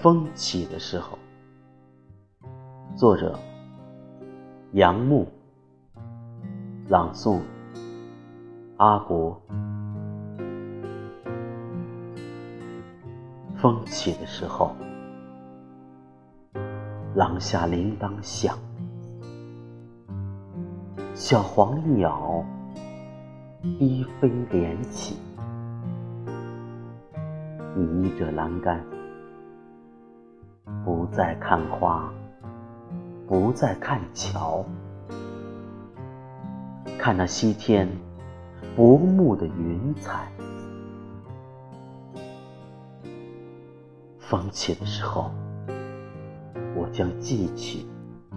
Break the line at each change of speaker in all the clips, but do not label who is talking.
风起的时候。作者杨牧，朗诵阿国。风起的时候，廊下铃铛响，小黄鸟低飞连起，你依着栏杆，不再看花，不再看桥，看那西天薄暮的云彩。风起的时候，我将记起；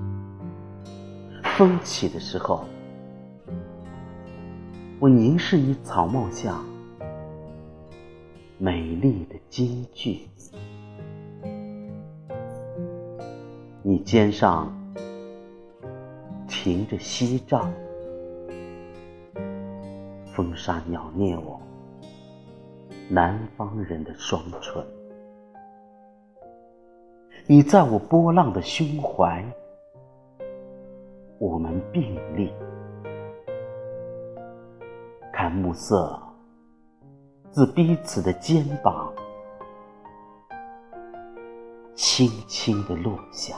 风起的时候，我凝视你草帽下美丽的金句。你肩上停着锡杖，风沙袅捏我南方人的双唇。你在我波浪的胸怀，我们并立，看暮色自彼此的肩膀轻轻地落下，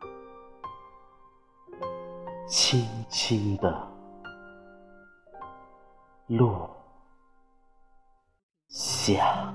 轻轻地落下。